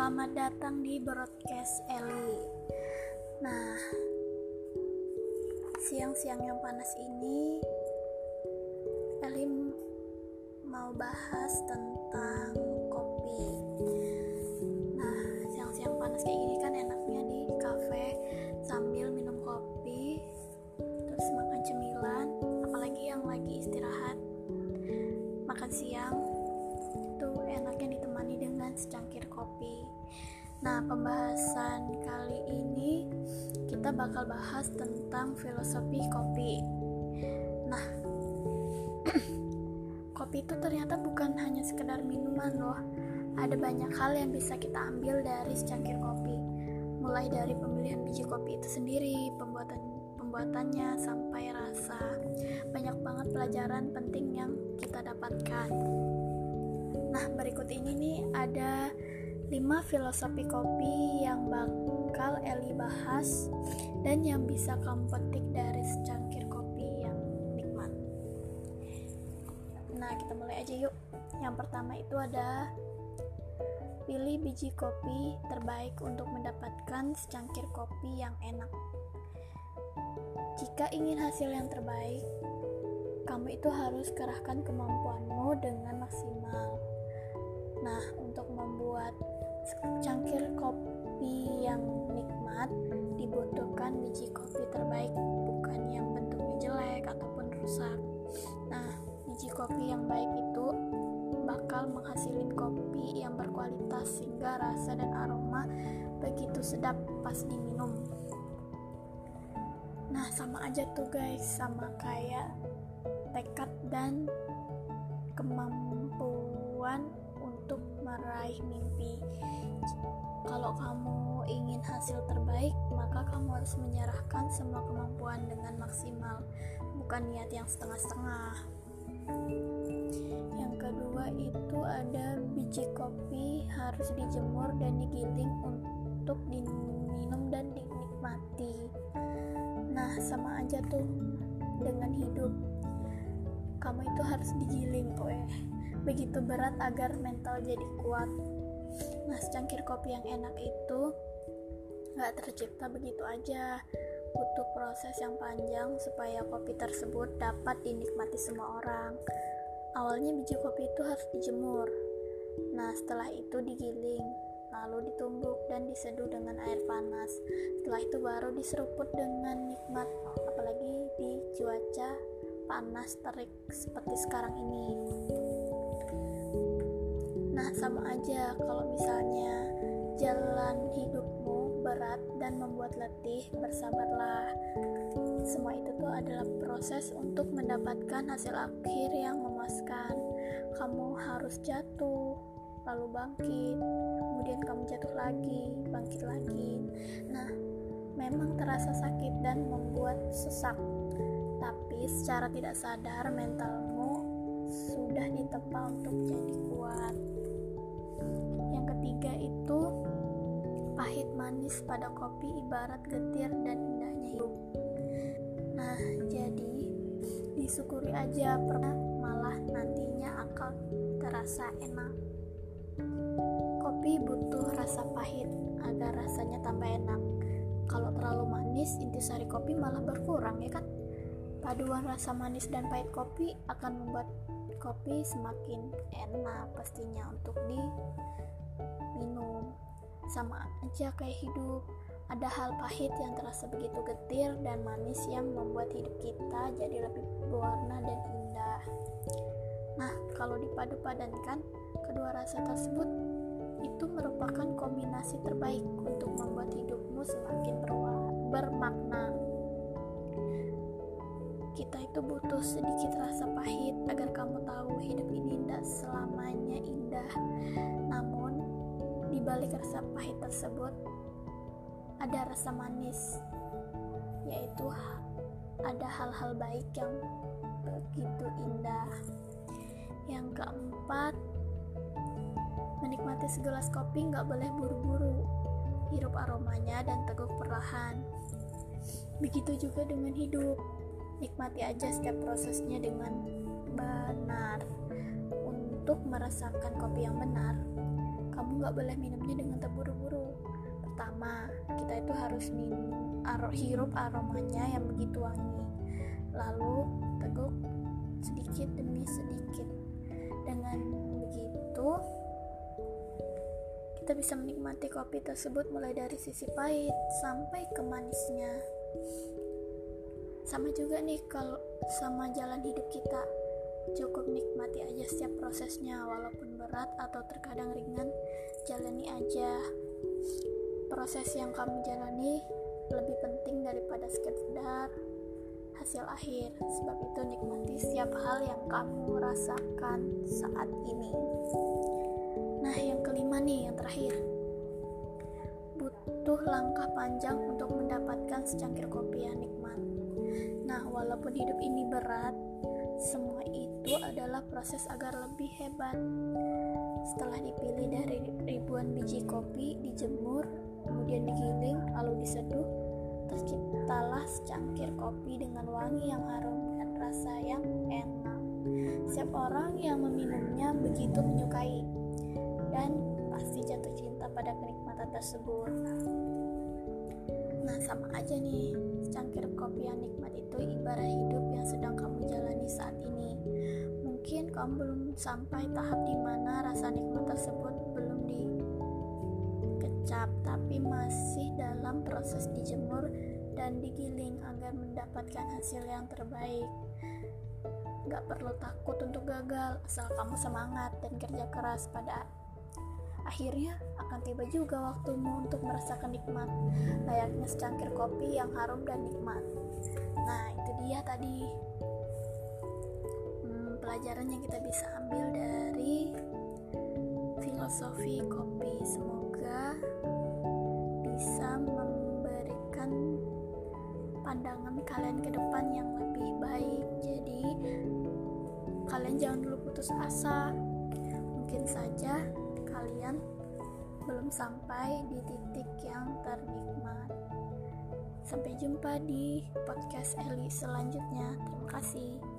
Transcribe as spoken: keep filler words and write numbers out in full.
Selamat datang di broadcast Eli. Nah, siang-siang yang panas ini Eli mau bahas tentang kopi. Nah, siang-siang panas kayak gini kan enaknya di kafe sambil minum kopi, terus makan cemilan, apalagi yang lagi istirahat makan siang itu enaknya ditemani dengan secangkir kopi. Nah, pembahasan kali ini kita bakal bahas tentang filosofi kopi. Nah, kopi itu ternyata bukan hanya sekedar minuman loh. Ada banyak hal yang bisa kita ambil dari secangkir kopi. Mulai dari pemilihan biji kopi itu sendiri, pembuatan pembuatannya sampai rasa. Banyak banget pelajaran penting yang kita dapatkan. Nah, berikut ini nih ada lima filosofi kopi yang bakal Eli bahas dan yang bisa kamu petik dari secangkir kopi yang nikmat. Nah, kita mulai aja yuk. Yang pertama itu ada pilih biji kopi terbaik untuk mendapatkan secangkir kopi yang enak. Jika ingin hasil yang terbaik, kamu itu harus kerahkan kemampuanmu dengan maksimal. Nah, untuk membuat secangkir kopi yang nikmat dibutuhkan biji kopi terbaik, bukan yang bentuknya jelek ataupun rusak. Nah, biji kopi yang baik itu bakal menghasilkan kopi yang berkualitas sehingga rasa dan aroma begitu sedap pas diminum. Nah, sama aja tuh guys, sama kayak tekad dan kemampuan untuk meraih mimpi. Kalau kamu ingin hasil terbaik, maka kamu harus menyerahkan semua kemampuan dengan maksimal, bukan niat yang setengah-setengah. Yang kedua itu ada biji kopi harus dijemur dan digiling untuk diminum dan dinikmati. Nah, sama aja tuh dengan hidup. Kamu itu harus digiling tuh ya. Begitu berat agar mental jadi kuat. Nah, secangkir kopi yang enak itu gak tercipta begitu aja. Butuh proses yang panjang supaya kopi tersebut dapat dinikmati semua orang. Awalnya biji kopi itu harus dijemur. Nah, setelah itu digiling, lalu ditumbuk dan diseduh dengan air panas. Setelah itu baru diseruput dengan nikmat, apalagi di cuaca panas terik seperti sekarang ini. Nah, sama aja kalau misalnya jalan hidupmu berat dan membuat letih, bersabarlah. Semua itu tuh adalah proses untuk mendapatkan hasil akhir yang memuaskan. Kamu harus jatuh, lalu bangkit, kemudian kamu jatuh lagi, bangkit lagi. Nah, memang terasa sakit dan membuat sesak, tapi secara tidak sadar mentalmu sudah ditempa untuk jadi kuat. Yang ketiga itu pahit manis pada kopi ibarat getir dan indahnya hidup. Nah, jadi disyukuri aja, pernah malah nantinya akan terasa enak. Kopi butuh rasa pahit agar rasanya tambah enak. Kalau terlalu manis, intisari kopi malah berkurang, ya kan? Paduan rasa manis dan pahit kopi akan membuat kopi semakin enak pastinya untuk diminum. Sama aja kayak hidup, ada hal pahit yang terasa begitu getir dan manis yang membuat hidup kita jadi lebih berwarna dan indah. Nah, kalau dipadu-padankan, kedua rasa tersebut itu merupakan kombinasi terbaik untuk membuat hidupmu semakin berwa- bermakna. Kita itu butuh sedikit rasa pahit agar kamu tahu hidup ini tidak selamanya indah. Namun, di balik rasa pahit tersebut ada rasa manis, yaitu ada hal-hal baik yang begitu indah. Yang keempat, menikmati segelas kopi gak boleh buru-buru. Hirup aromanya dan teguk perlahan. Begitu juga dengan hidup. Nikmati aja setiap prosesnya dengan benar. Untuk merasakan kopi yang benar, kamu gak boleh minumnya dengan terburu-buru. Pertama, kita itu harus minum aro, hirup aromanya yang begitu wangi, lalu teguk sedikit demi sedikit. Dengan begitu kita bisa menikmati kopi tersebut mulai dari sisi pahit sampai ke manisnya. Sama juga nih kalau sama jalan hidup kita, cukup nikmati aja setiap prosesnya, walaupun berat atau terkadang ringan, jalani aja. Proses yang kamu jalani lebih penting daripada sekedar hasil akhir. Sebab itu nikmati setiap hal yang kamu rasakan saat ini. Nah, yang kelima nih, yang terakhir, butuh langkah panjang untuk mendapatkan secangkir kopi yang nikmat. Nah, walaupun hidup ini berat, semua itu adalah proses agar lebih hebat. Setelah dipilih dari ribuan biji kopi, dijemur, kemudian digiling, lalu diseduh, terciptalah secangkir kopi dengan wangi yang harum dan rasa yang enak. Setiap orang yang meminumnya begitu menyukai dan pasti jatuh cinta pada kenikmatan tersebut. Nah, sama aja nih, secangkir kopi yang nikmat itu ibarat hidup yang sedang kamu jalani saat ini. Mungkin kamu belum sampai tahap di mana rasa nikmat tersebut belum dikecap, tapi masih dalam proses dijemur dan digiling agar mendapatkan hasil yang terbaik. Gak perlu takut untuk gagal, asal kamu semangat dan kerja keras. Pada akhirnya akan tiba juga waktumu untuk merasakan nikmat layaknya secangkir kopi yang harum dan nikmat. Nah, itu dia tadi hmm, pelajaran yang kita bisa ambil dari filosofi kopi. Semoga bisa memberikan pandangan kalian ke depan yang lebih baik. Jadi kalian jangan dulu putus asa. Mungkin saja kalian belum sampai di titik yang ternikmat. Sampai jumpa di podcast Eli selanjutnya. Terima kasih.